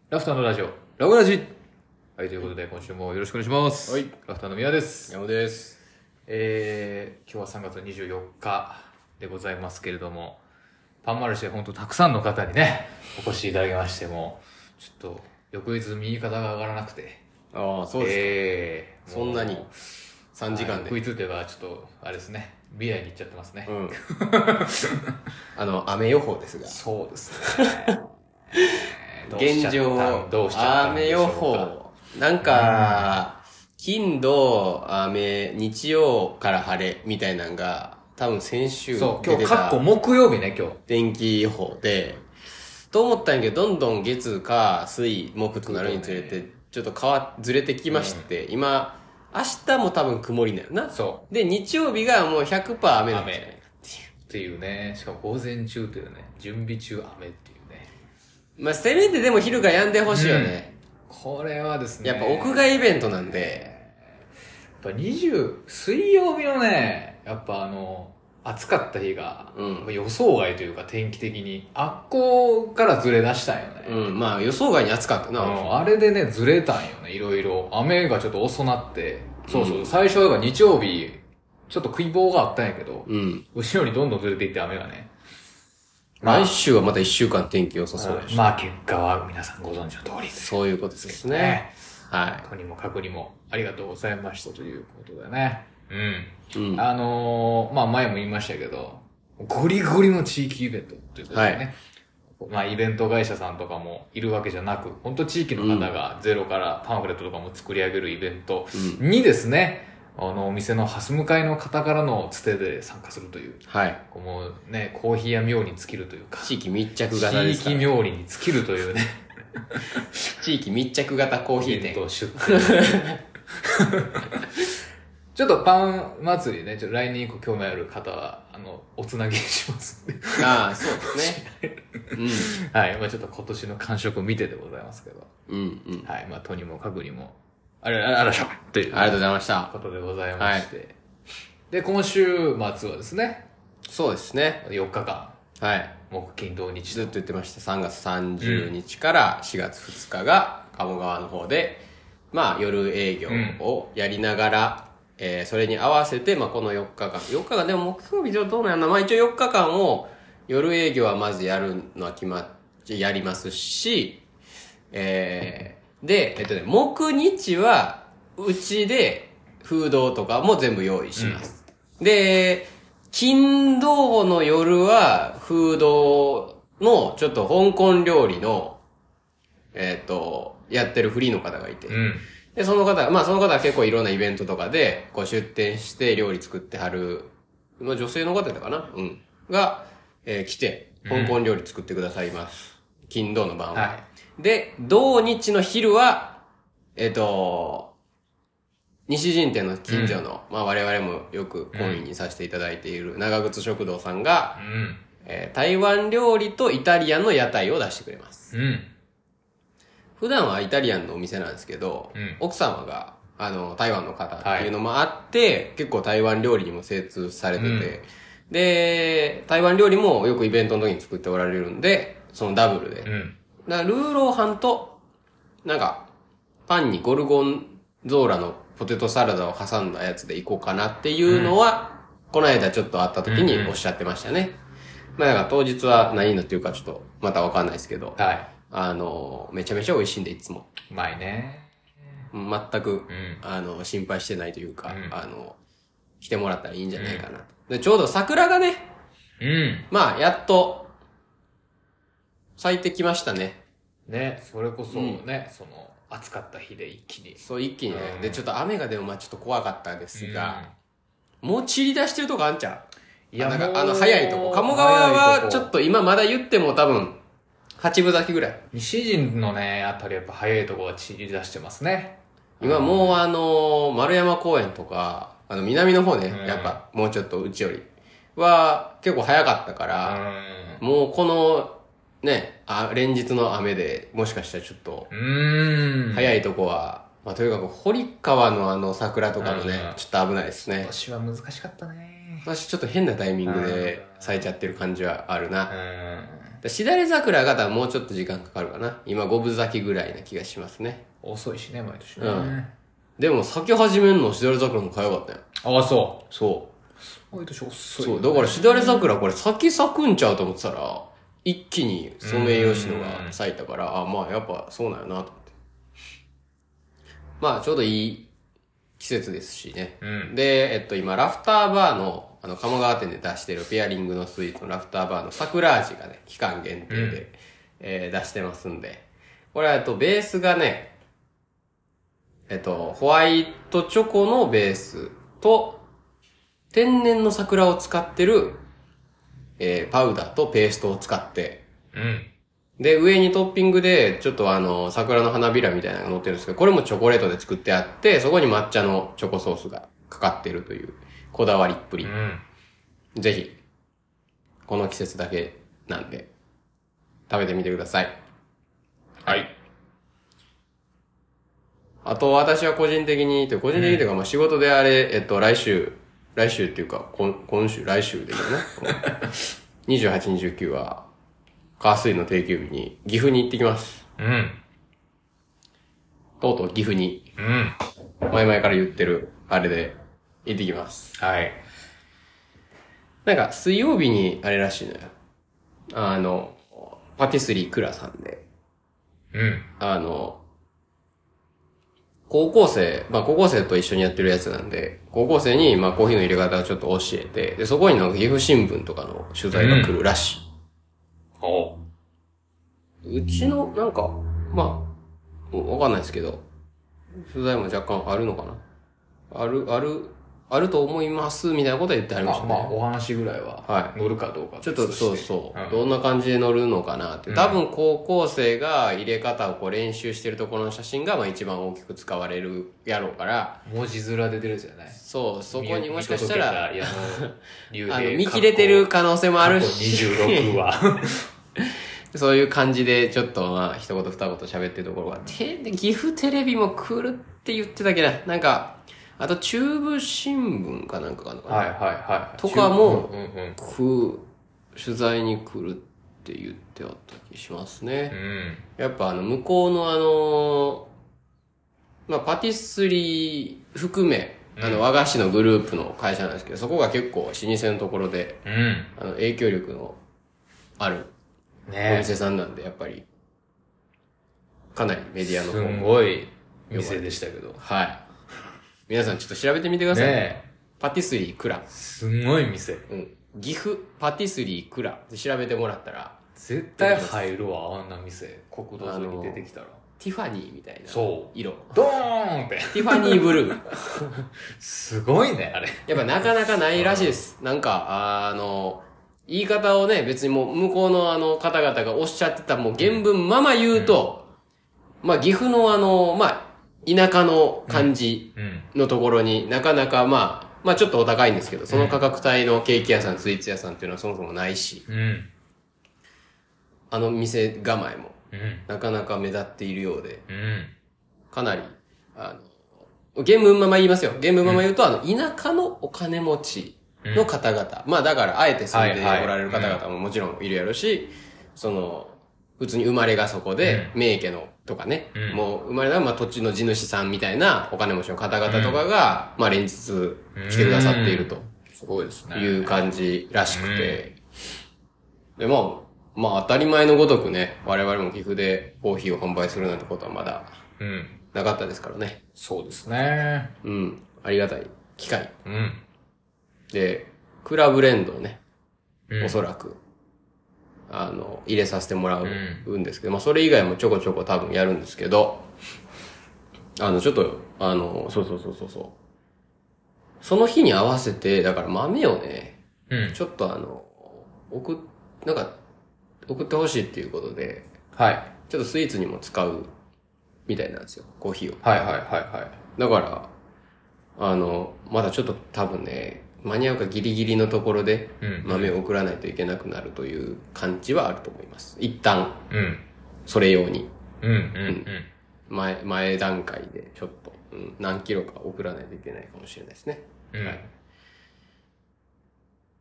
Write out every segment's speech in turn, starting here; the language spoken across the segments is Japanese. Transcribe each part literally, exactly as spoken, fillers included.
ラフターのラジオ、 ラブラジ。 はい、ということで今週もよろしくお願いします。 はい。 ラフターの宮です。 山です。 えー、今日はさんがつにじゅうよっかでございますけれども、パンマルシェ本当たくさんの方にね、お越しいただきましても、ちょっと翌日右肩が上がらなくて。 ああ、そうですか。 えー、 そんなにさんじかんで。 こいつというか、ちょっと、あれですね、未来に行っちゃってますね。 うん。あの、雨予報ですが。 そうですね。 現状、 どうしちゃったんでしょうか。 雨予報。なんか、金土、雨、日曜から晴れみたいなのが、多分先週出てた。 そう、今日、かっこ木曜日ね、今日。 天気予報で、と思ったんやけど、どんどん月、火、水、木となるにつれて、ちょっと変わ、ずれてきまして、うん、今、明日も多分曇りだよな。 そう。 で、日曜日がもう ひゃくパーセント 雨なんじゃないかっていうね。しかも午前中というね、準備中雨っていうね。 まあ、せめてでも昼が止んでほしいよね、 うん。これはですね。 やっぱ屋外イベントなんで。 やっぱにじゅう、水曜日のね、やっぱあの、暑かった日が、うん、予想外というか天気的に、あっこからずれ出したんよね。 うん、まあ予想外に暑かったな。 うん、あれでね、ずれたんよね、いろいろ。雨がちょっと遅なって。そうそう、うん、最初が日曜日、ちょっと食い棒があったんやけど、うん、後ろにどんどんずれていって雨がね。 まあ、来週はまた一週間天気良さそうでしょ。 まあ結果は皆さんご存知の通り。 そういうことですね。ね、 はい。とにもかくにもありがとうございましたということでね。うん。うん、あのー、まあ前も言いましたけど、ゴリゴリの地域イベントということでね。はい、まあイベント会社さんとかもいるわけじゃなく、本当地域の方がゼロからパンフレットとかも作り上げるイベントにですね、あの、お店のハス向かいの方からのつてで参加するという。はい。こうもうね、コーヒーや料理に尽きるというか。 地域密着型ですから。地域料理に尽きるというね。 地域密着型コーヒー店。 イベント出店。ちょっとパン祭りね、ちょっと来年以降興味ある方は、あの、おつなぎしますんで。 ああ、そうですね。 うん。はい。まあちょっと今年の感触を見てでございますけど。 うんうん。 はい。まあとにもかくにも。あれ、あらしょという。 ありがとうございました。 ことでございまして。はい、で、今週末はですね。 そうですね。 よっかかん。はい。木金土日。 ずっと言ってました。さんがつさんじゅうにちからしがつふつかが、鴨川の方で、まあ夜営業をやりながら、うん、えー、それに合わせて、まあこのよっかかん。よっかかん、でも木曜日どうなんやな。まあ一応よっかかんを、夜営業はまずやるのは決まっ、やりますし、えー、で、えっとね、木日は、うちで、フードとかも全部用意します。うん、で、金土の夜は、フードの、ちょっと香港料理の、えっと、やってるフリーの方がいて、うん、で、その方、まあその方は結構いろんなイベントとかで、こう出店して料理作ってはる、まあ女性の方だったかなうん。が、えー、来て、香港料理作ってくださいます。うん、金土の晩は。はい、で、土日の昼は、えっと、西陣店の近所の、うん、まあ我々もよく懇意にさせていただいている長靴食堂さんが、うんえー、台湾料理とイタリアンの屋台を出してくれます。うん、普段はイタリアンのお店なんですけど、うん、奥様が、あの、台湾の方っていうのもあって、はい、結構台湾料理にも精通されてて、うん、で、台湾料理もよくイベントの時に作っておられるんで、そのダブルで。うん、だからルーローハンと、なんか、パンにゴルゴンゾーラのポテトサラダを挟んだやつでいこうかなっていうのは、うん、この間ちょっと会った時におっしゃってましたね。うんうん、まあだから当日は何のっていうかちょっとまたわかんないですけど、はい。あの、めちゃめちゃ美味しいんでいつも。 うまいね。 全く、うん、あの、心配してないというか、うん、あの、来てもらったらいいんじゃないかなと。うん、で、ちょうど桜がね、うん。まあやっと、咲いてきましたね。 ね、それこそね、うん、その、暑かった日で一気に。 そう、一気にね。うん、で、ちょっと雨がでもまあちょっと怖かったですが、うん、もう散り出してるとこあんちゃういや、なんかあの早いとこ。鴨川はちょっと今まだ言っても多分、八分咲きぐらい。 西陣のね、あたりやっぱ早いとこは散り出してますね。 今もうあの、丸山公園とか、あの南の方ね、うん、やっぱもうちょっとうちよりは結構早かったから、うん、もうこの、ね、あ、連日の雨で、もしかしたらちょっと、うーん。早いとこは、まあ、とにかく、堀川のあの桜とかもね、ちょっと危ないですね。 今年は難しかったね。 私ちょっと変なタイミングで咲いちゃってる感じはあるな。 しだれ桜が多分もうちょっと時間かかるかな。今五分咲きぐらいな気がしますね。 遅いしね、毎年ね。 うん。でも咲き始めんのしだれ桜の早かったよ。 ああ、そう。 そう。 毎年遅い、 ね。そう。だからしだれ桜これ咲き咲くんちゃうと思ってたら、一気にソメイヨシノが咲いたから、あ、まあやっぱそうなんやなと思って。まあちょうどいい季節ですしね。うん、で、えっと今ラフターバーのあの、鴨川店で出してるペアリングのスイーツのラフターバーの桜味がね、期間限定で、うん、えー、出してますんで。これは、えっと、ベースがね、えっと、ホワイトチョコのベースと、天然の桜を使ってる、えー、パウダーとペーストを使って、うん。で、上にトッピングで、ちょっとあの、桜の花びらみたいなのが乗ってるんですけど、これもチョコレートで作ってあって、そこに抹茶のチョコソースがかかってるという、こだわりっぷり。うん、ぜひ、この季節だけなんで、食べてみてください。はい。あと、私は個人的に、個人的にというか、まあ仕事であれ、えっと、来週、来週っていうか、今今週、来週ですよね。にじゅうはち、にじゅうきゅうは、火水の定休日に岐阜に行ってきます。うん。とうとう岐阜に。うん。前々から言ってる、あれで、行ってきます。はい。なんか、水曜日に、あれらしいのよ。あの、パティスリークラさんで。うん。あの、高校生、まあ高校生と一緒にやってるやつなんで、高校生にまあコーヒーの入れ方をちょっと教えて、で、そこになんか岐阜新聞とかの取材が来るらしい。うん、うちの、なんか、まあ、わかんないですけど、取材も若干あるのかなある、ある、あると思います、みたいなことは言ってありましたね。 まあ、まあ、お話ぐらいは、はい。乗るかどうかちょっと、そうそう、うん。どんな感じで乗るのかなって。多分、高校生が入れ方をこう練習してるところの写真が、まあ一番大きく使われるやろうから。 文字面で出るじゃない。 そう、そこにもしかしたら、 あの、見切れてる可能性もあるし。 にじゅうろくは。 そういう感じで、ちょっと、まあ、一言二言喋ってるところが、て、岐阜テレビも来るって言ってたけど、なんか、あと、中部新聞かなんかかな。 はいはいはい。 とかも、うんうん、く、取材に来るって言ってあった気しますね。うん、やっぱあの、向こうのあの、まあ、パティスリー含め、あの、和菓子のグループの会社なんですけど、そこが結構老舗のところで、うん、あの、影響力のある、お店さんなんで、やっぱり、かなりメディアの方も。すごい店でしたけど。 はい。皆さんちょっと調べてみてください。ねえ。パティスリークラ。 すごい店。 うん。岐阜パティスリークラで調べてもらったら。 絶対入るわ、あんな店。国道沿いに出てきたら。 ティファニーみたいな。 そう。 色。 ドーンって。 ティファニーブルー。 すごいね、あれ。 やっぱなかなかないらしいです。なんか、あの、言い方をね、別にもう向こうのあの方々がおっしゃってたもう原文まま言うと、うん、まあ岐阜のあの、まあ、田舎の感じのところになかなかまあ、まあちょっとお高いんですけど、その価格帯のケーキ屋さん、スイーツ屋さんっていうのはそもそもないし、うん、あの店構えも、なかなか目立っているようで、うん、かなり、あの、原文まま言いますよ。原文まま言うと、うん、あの、田舎のお金持ちの方々、うん、まあだから、あえて住んでおられる方々ももちろんいるやろし、その、普通に生まれがそこで、名家のとかね、うん、もう生まれがまあ土地の地主さんみたいなお金持ちの方々とかが、うん、まあ連日来てくださっていると。 すごいですね。 いう感じらしくて。うん、で、まあ、まあ当たり前のごとくね、我々も岐阜でコーヒーを販売するなんてことはまだ、なかったですからね。 うん、そうですね。 うん。ありがたい機会。うん。で、クラブレンドをね、うん、おそらく、あの、入れさせてもらうんですけど、うん、まあそれ以外もちょこちょこ多分やるんですけど、あの、ちょっと、あの、そうそうそうそうそう。その日に合わせて、だから豆をね、うん、ちょっとあの、送っ、なんか、送ってほしいっていうことで、はい。ちょっとスイーツにも使う、みたいなんですよ、コーヒーを。 はいはいはいはい。 だから、あの、まだちょっと多分ね、間に合うかギリギリのところで豆を送らないといけなくなるという感じはあると思います。一旦、それ用に。うんうんうん、前、前段階でちょっと、うん、何キロか送らないといけないかもしれないですね。うん、はい。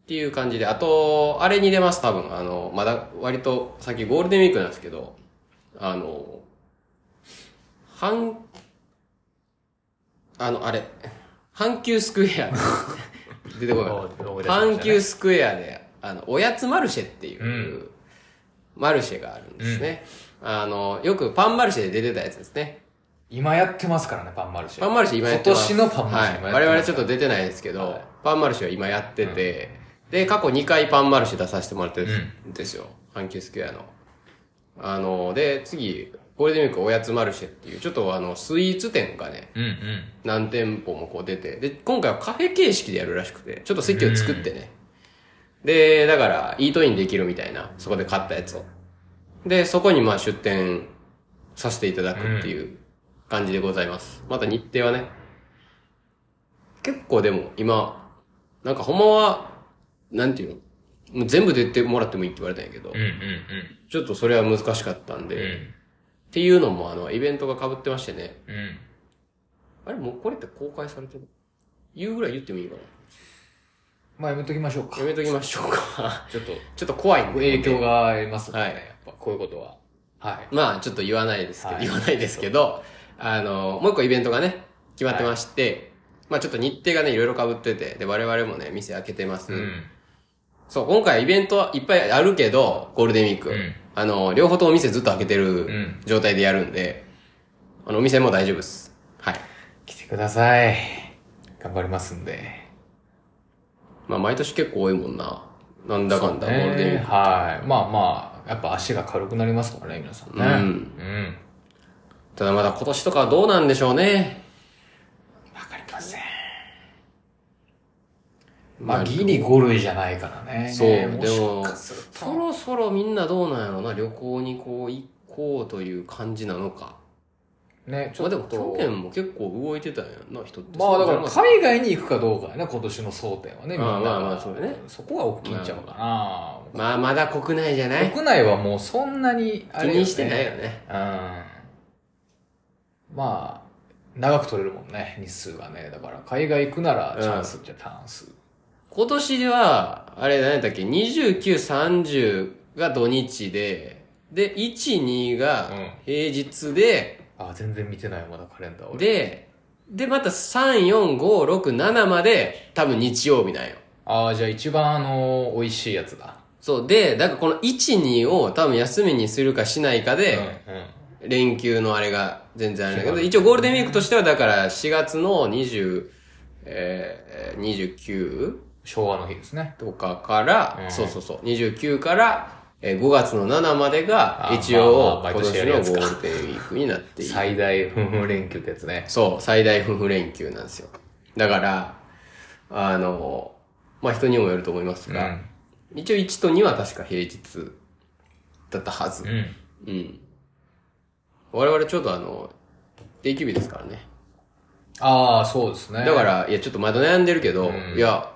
っていう感じで、あと、あれに出ます、多分。あの、まだ割と先ゴールデンウィークなんですけど、あの、阪、あの、あれ、阪急スクエア。出てこない。阪急スクエアで、あの、おやつマルシェっていう、うん、マルシェがあるんですね。うん、あの、よくパンマルシェで出てたやつですね。 今やってますからね、パンマルシェ。 パンマルシェ今やってます。 今年のパンマルシェ、 はい。我々ちょっと出てないですけど、はい、パンマルシェは今やってて、うん、で、過去にかいパンマルシェ出させてもらってるんですよ。うん、阪急スクエアの。あの、で、次、ゴールデンウィークおやつマルシェっていう、ちょっとあの、スイーツ店がね、うんうん、何店舗もこう出て、で、今回はカフェ形式でやるらしくて、ちょっと席を作ってね。うん、で、だから、イートインできるみたいな、そこで買ったやつを。で、そこにまあ出店させていただくっていう感じでございます。また日程はね、結構でも今、なんかほんまは、なんていうのもう全部出てもらってもいいって言われたんやけど、うんうんうん、ちょっとそれは難しかったんで、うん、っていうのもあの、イベントが被ってましてね、うん、あれもうこれって公開されてる言うぐらい言ってもいいかな。 まあやめときましょうか。 やめときましょうか。 ちょっと、 ちょっと怖いんで。影響がありますので、ね、はい、やっぱこういうことは。はい。 まあちょっと言わないですけど、はい、言わないですけど、あの、もう一個イベントがね、決まってまして、はい、まあちょっと日程がね、いろいろ被ってて、で、我々もね、店開けてます。うん、そう、今回イベントはいっぱいあるけど、ゴールデンウィーク。うん、あの、両方とも店ずっと開けてる状態でやるんで、うん、あの、お店も大丈夫です。はい。 来てください。頑張りますんで。 まあ毎年結構多いもんな。なんだかんだ、ゴールデンウィーク。 はい。まあまあ、やっぱ足が軽くなりますからね、皆さんね。うん。うん。 ただまだ今年とかはどうなんでしょうね。 わかりません。まあ、ギリご類じゃないからね。 そう、でも、そろそろみんなどうなんやろな、旅行にこう行こうという感じなのか。ね、ちょっと。まあでも去年も結構動いてたんやな、人って。 まあだから海外に行くかどうかやね、今年の争点はね、みんな。 まあまあまあ、そうね。 そこが大きいんちゃうかな。 まあまだ国内じゃない。 国内はもうそんなにあれ、ね、気にしてないよね。 うん。まあ、長く取れるもんね、日数がね。だから海外行くならチャンスっちゃチャンス。 今年では、あれ何やったっけ、にじゅうく、さんじゅうが土日で、で、いち、にが平日で、 うん、あ、全然見てないよ、まだカレンダーを。 で、で、またさん、よん、ご、ろく、ななまで多分日曜日なんよ。 ああ、じゃあ一番あのー、美味しいやつだ。 そう。で、だからこのいち、にを多分休みにするかしないかで、うんうん、連休のあれが全然あるんだけど、一応ゴールデンウィークとしてはだからしがつのにじゅう、えー、にじゅうきゅう? 昭和の日ですね。 とかから、うん、そうそうそう、にじゅうくから、えー、ごがつのななまでが、一応、今年のゴールデンウィークになっている。 最大夫婦連休ってやつね。 そう、最大夫婦連休なんですよ。だから、あの、まあ、人にもよると思いますが、うん、一応いちとには確か平日だったはず。うん。うん。我々ちょうどあの、定休日ですからね。 ああ、そうですね。 だから、いや、ちょっとまだ悩んでるけど、うん、いや、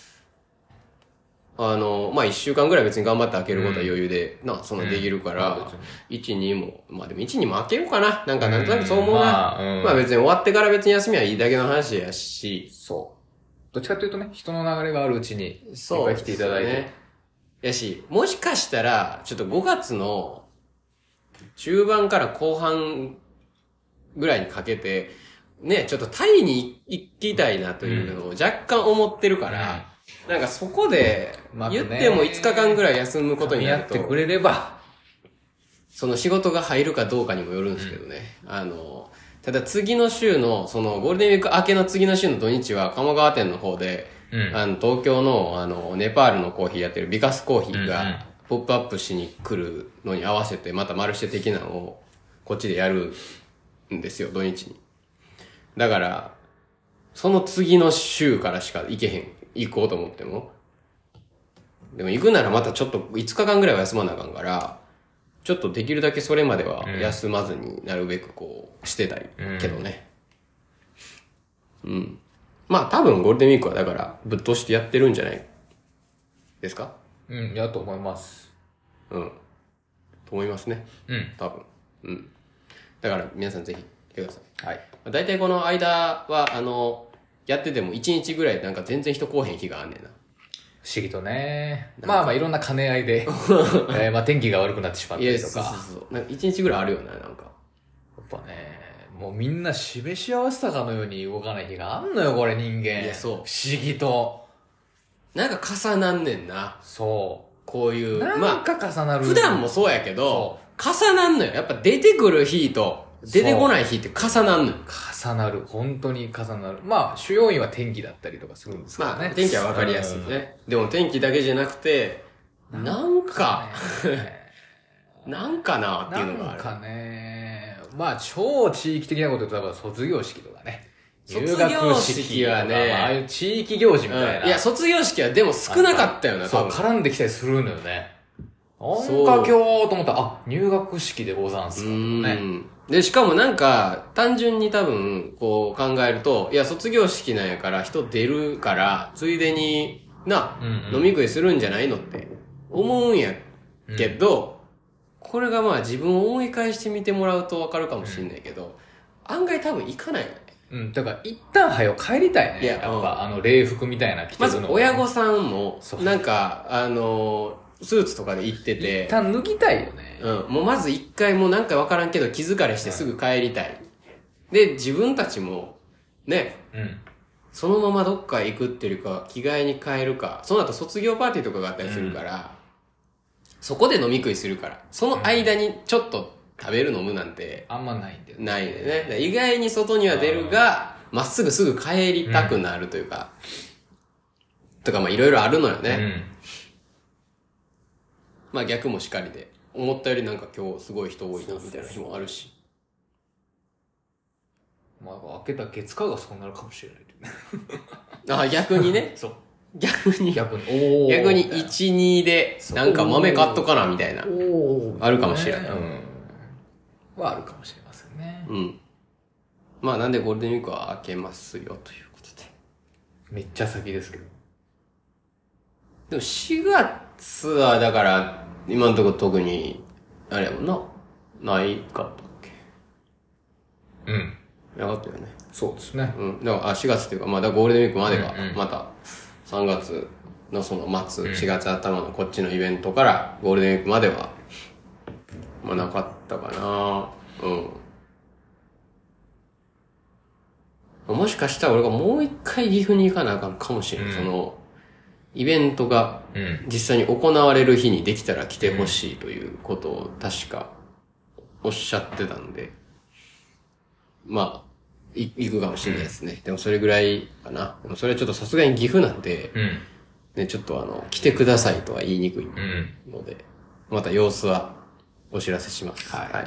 あの、まあ、一週間ぐらい別に頑張って開けることは余裕で、うん、な、そんなできるから、うん、いち、にも、まあでもいち、にも開けようかな。なんか、なんとなくそう思うな。まあ、うん、まあ別に終わってから別に休みはいいだけの話やし。 そう。どっちかというとね、人の流れがあるうちに、そう。いっぱい来ていただいて。ね、 やし、もしかしたら、ちょっとごがつの中盤から後半ぐらいにかけて、ね、ちょっとタイに行きたいなというのを若干思ってるから、うん、なんかそこで、言ってもいつかかんぐらい休むことになると。 やってくれれば。 その仕事が入るかどうかにもよるんですけどね。うん、あの、ただ次の週の、そのゴールデンウィーク明けの次の週の土日は鴨川店の方で、うん、あの、東京の、あの、ネパールのコーヒーやってるビカスコーヒーが、ポップアップしに来るのに合わせて、またマルシェ的なのを、こっちでやるんですよ、土日に。だから、その次の週からしか行けへん、行こうと思っても。でも行くならまたちょっといつかかんぐらいは休まなあかんから、ちょっとできるだけそれまでは休まずになるべくこうしてたいけどね。うん。うん、まあ多分ゴールデンウィークはだからぶっ通してやってるんじゃないですか？ うん、やと思います。 うん。と思いますね。うん。多分。うん。だから皆さんぜひ来てください。はい。だいたいこの間は、あの、やっててもいちにちぐらいなんか全然人来おへん日があんねんな。 不思議とね。まあまあいろんな兼ね合いで、えー、まあ天気が悪くなってしまったりとか。 そうそうそう。なんか一日ぐらいあるよね、なんか。 やっぱね、もうみんな示し合わせたかのように動かない日があんのよ、これ人間。 いや、そう。不思議と。 なんか重なんねんな。 そう。 こういう。 なんか重なる。 まあ、普段もそうやけど、重なんのよ。やっぱ出てくる日と、出てこない日って重なんのよ。 重なる。本当に重なる。まあ、主要因は天気だったりとかするんですけどね。 まあ、天気はわかりやすいね。でも天気だけじゃなくて、なんか、なんかなっていうのがある。 なんかね、まあ、超地域的なこと言うと、卒業式とかね。 卒業式はね、 ああいう地域行事みたいな、 うん。いや、卒業式はでも少なかったよな、 そう、絡んできたりするのよね。なんか今日と思ったら、あ、入学式でござんすか、ね。 で、しかもなんか、単純に多分、こう考えると、いや、卒業式なんやから人出るから、ついでにな、うんうん、飲み食いするんじゃないのって思うんやけど、うん、これがまあ自分を思い返してみてもらうとわかるかもしれないけど、うん、案外多分行かないよね。 うん、だから一旦早く帰りたいね。いや、やっぱ、うん、あの、礼服みたいな着てるの、 ね。まず親御さんも、なんか、あの、スーツとかで行ってて。 一旦脱ぎたいよね。 うん。もうまず一回もうなんかわからんけど気疲れしてすぐ帰りたい。うん、で、自分たちも、ね。うん。そのままどっか行くっていうか、着替えに帰るか。その後卒業パーティーとかがあったりするから、うん、そこで飲み食いするから。その間にちょっと食べる飲むなんて。 あんまないんだよね。 ないね。意外に外には出るが、まっすぐすぐ帰りたくなるというか。うん、とかまあいろいろあるのよね。うんまあ逆もしかりで、思ったよりなんか今日すごい人多いなみたいな日もあるし。 まあ開けた月火がそうなるかもしれない。 ああ、逆にね。 そう。 逆に。 逆に。お逆にいち、にで、なんか豆買っとかなみたいな。おあるかもしれない。ね、 うん。はあるかもしれませんね。 うん。まあなんでゴールデンウィークは開けますよということで。 めっちゃ先ですけど。 でもしがつはだから、今のところ特に、あれやもんな。ないかったっけ。 うん。 なかったよね。 そうですね。 うん。だから、あ、しがつっていうか、まだゴールデンウィークまでが、また、さんがつのその末、うん、しがつ頭のこっちのイベントから、ゴールデンウィークまでは、まあなかったかな。うん。もしかしたら俺がもう一回岐阜に行かなあかんかもしれん。うん、その、イベントが実際に行われる日にできたら来てほしいということを確かおっしゃってたんで、まあ、行くかもしれないですね。うん、でもそれぐらいかな。でもそれはちょっとさすがに岐阜なんで、うん、ね、ちょっとあの、来てくださいとは言いにくいので、うん、また様子はお知らせします。はい。はい、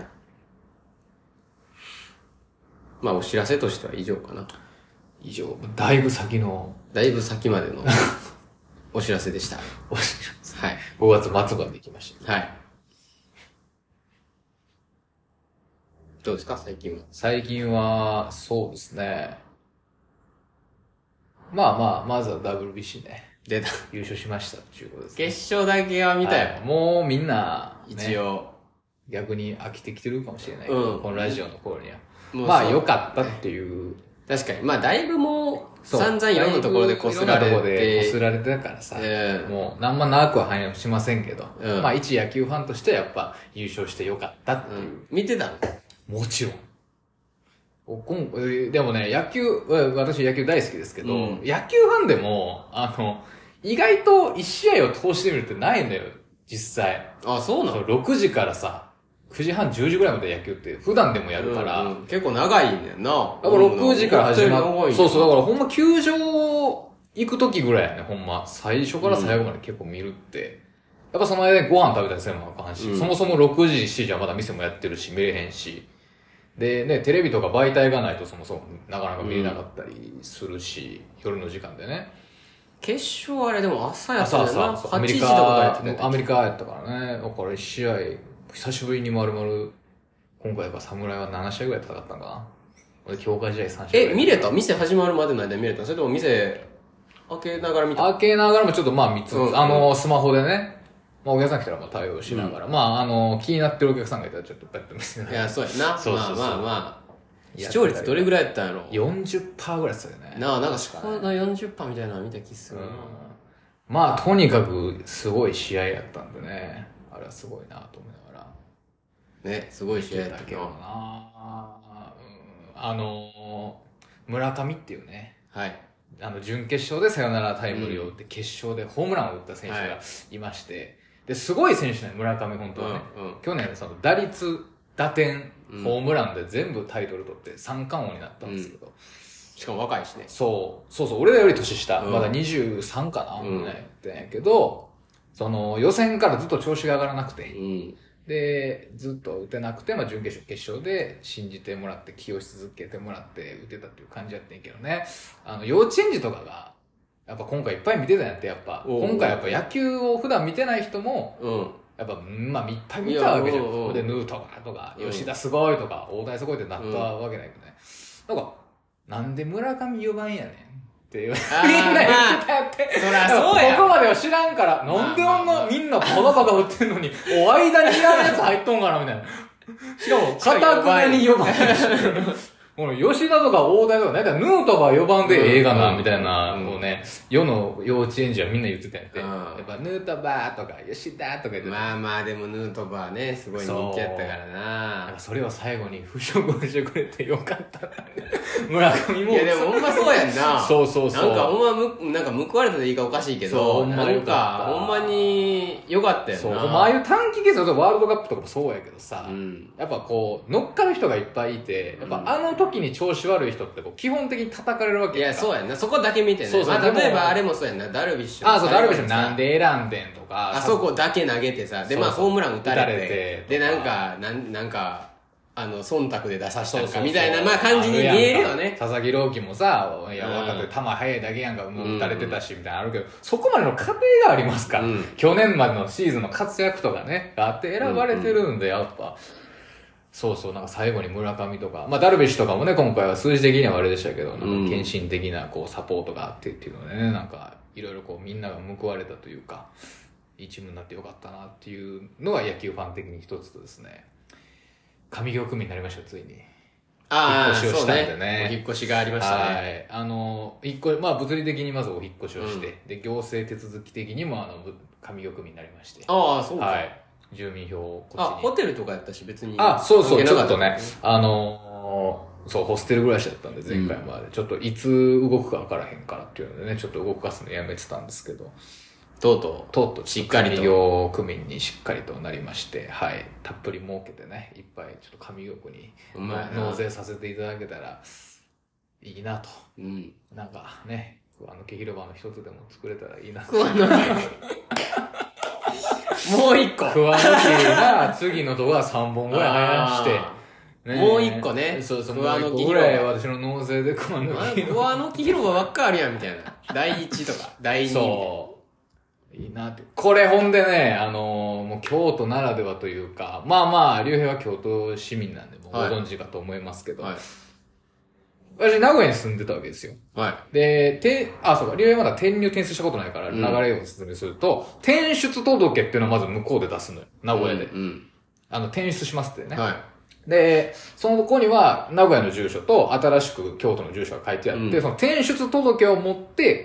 まあお知らせとしては以上かな。 以上。だいぶ先の。 だいぶ先までの。お知らせでした。 お知らせ。 はい。 ごがつ末まで来ました。 はい。どうですか最近は。 最近は、そうですね。まあまあ、まずは ダブリュービーシー ね。 出た。 優勝しましたっていうことですね。 決勝だけは見たよ。はい、 もうみんな、ね、 一応。 逆に飽きてきてるかもしれないけど、うん、このラジオの頃には。まあ良かったっていう。 確かに。まあだいぶもう、散々いろんなところでこすられて。いろんなところでこすられてたからさ。えー、もう、なんま長くは反映しませんけど。うん、まあ一野球ファンとしてはやっぱ優勝してよかったっていう。うん、 見てたの？ もちろん。でもね、野球、私野球大好きですけど、うん、野球ファンでも、あの、意外と一試合を通してみるってないんだよ、実際。 あ、そうなの？ ろくじからさ、くじはん、じゅうじぐらいまで野球って普段でもやるから。うんうん、 結構長いんだよな。 だからろくじから始まる。そうそう、だからほんま球場行く時ぐらいやね、ほんま。最初から最後まで結構見るって。うん、やっぱその間にご飯食べたりせんもあかんし、うん、そもそもろくじ、しちじはまだ店もやってるし、見れへんし。でね、テレビとか媒体がないとそもそもなかなか見れなかったりするし、うん、夜の時間でね。 決勝あれでも朝やったんだよな。 朝、アメリカ、やってたアメリカやったからね。だからいち試合、久しぶりに丸々、今回は侍はなな試合ぐらい戦ったんかな。俺強化試合さん試合。 え、見れた？店始まるまでの間見れた？それとも店、開けながら見た？ 開けながらもちょっとまあ見つつ、うん、あの、スマホでね、まあお客さん来たらまあ対応しながら、うん、まああの、気になってるお客さんがいたらちょっとペッと見せながら。 いや、そうやな。 そうそうそう。 まあまあまあ。視聴率どれぐらいやったんやろ？ よんじゅっパーセント ぐらいですよね。 なあ、なんかそこの よんじゅっパーセント みたいなの見た気するな。うん、 まあ、とにかくすごい試合やったんでね。あれはすごいなと思いながら。ね、すごい試合やったけどな、うん、あのー、村上っていうね。 はい。 あの、準決勝でサヨナラタイムリーを打って、決勝でホームランを打った選手がいまして、はい、で、すごい選手ね、村上本当はね。うんうん、去年、その打率、打点、ホームランで全部タイトル取って三冠王になったんですけど、うん、 しかも若いしね。 そう。そうそう。俺らより年下。うん、まだにじゅうさんかな、うん、ね。ってんやけど、その予選からずっと調子が上がらなくて。うん、で、ずっと打てなくて、まあ準決勝、決勝で信じてもらって、起用し続けてもらって打てたっていう感じやってんけどね。あの、幼稚園児とかが、やっぱ今回いっぱい見てたんやって、やっぱ。今回やっぱ野球を普段見てない人も、うん、やっぱ、まあいっぱい見たわけじゃん。で、ヌートバーとか、吉田すごいとか、大谷すごいってなったわけだけどね。なんか、なんで村上よばんやねんっていう。みんな言ってたやって。 そりゃそうや。 ここまでは知らんから、なんであんなみんなバカバカ打ってんのに、お間にいらんやつ入っとんかなみたいな。しかも、片くによばんやし。この吉田とか大谷とか、なんかヌートバーよばんでええがな、みたいな、こうね、世の幼稚園児はみんな言ってたんやって。やっぱヌートバーとか吉田とか言って。 まあまあでもヌートバーね、すごい人気やったからな。 それを最後に払拭してくれてよかったな。村上も。 いやでもほんまそうやんな。 そうそうそう。 なんかほんまむ、なんか報われたでいいかおかしいけど、 ほんまなんかほんまによかったよな。そう、 まあああいう短期決戦、ワールドカップとかもそうやけどさ、うん、やっぱこう、乗っかる人がいっぱいいて、やっぱあの時に調子悪い人ってこう基本的に叩かれるわけやんか。いや、そうやんな。そこだけ見てね。そうそう。まあ、例えばあれもそうやんな。ダルビッシュ。 あ、そう、ダルビッシュなんで選んでんとか。 あそこだけ投げてさ、で、まあ、ホームラン打たれて、で、なんか、なん、なんか、あの、忖度で出させたんか、みたいな、まあ、感じに見えるよね。 佐々木朗希もさ、いや、若くて球速いだけやんか、もう打たれてたし、みたいなのあるけど、そこまでの過程がありますから。去年までのシーズンの活躍とかね、があって選ばれてるんで、やっぱ。そうそう、なんか最後に村上とか、まあダルビッシュとかもね、今回は数字的にはあれでしたけど、なんか献身的なこうサポートがあってっていうのでね、なんかいろいろこうみんなが報われたというか、いいチームになってよかったなっていうのが野球ファン的に一つとですね、上京区民になりましたよ、ついに。 ああ、 引っ越しをしたんでね。 お引っ越しがありましたね。 はい。あの、引っ越し、まあ物理的にまずお引っ越しをして、うん、で、行政手続き的にもあの、上京区民になりまして。 ああ、そうか。 はい。住民票をこっちに。 あ、ホテルとかやったし別に。 あ、そうそう、ちょっとね、あのー、そう、ホステル暮らしだったんで、前回まで。うん、ちょっといつ動くか分からへんからっていうのでね、ちょっと動かすのやめてたんですけど。 とうとう。 とうとう、しっかりと。上京区民にしっかりとなりまして、はい。たっぷり儲けてね、いっぱいちょっと上京区に納税させていただけたらいいなと。うん。なんかね、あの、木広場の一つでも作れたらいいなと。 もう一個。 桑の木が次のとこは三本ぐらい生やして。 ね、もう一個ね。 そうそう、桑の木ぐらい私の納税で桑の木。 桑の木広場ばっかあるやん、みたいな。第一とか、第二。 そう。いいなって。これほんでね、あのー、もう京都ならではというか、まあまあ、竜兵は京都市民なんで、もうご存知かと思いますけど。はいはい、私、名古屋に住んでたわけですよ。はい。で、て、あ、そうか、竜兵まだ転入転出したことないから、流れを説明すると、うん、転出届っていうのをまず向こうで出すのよ。名古屋で。うん。うん、あの、転出しますってね。はい。で、そのとこには、名古屋の住所と、新しく京都の住所が書いてあって、うん、その転出届を持って、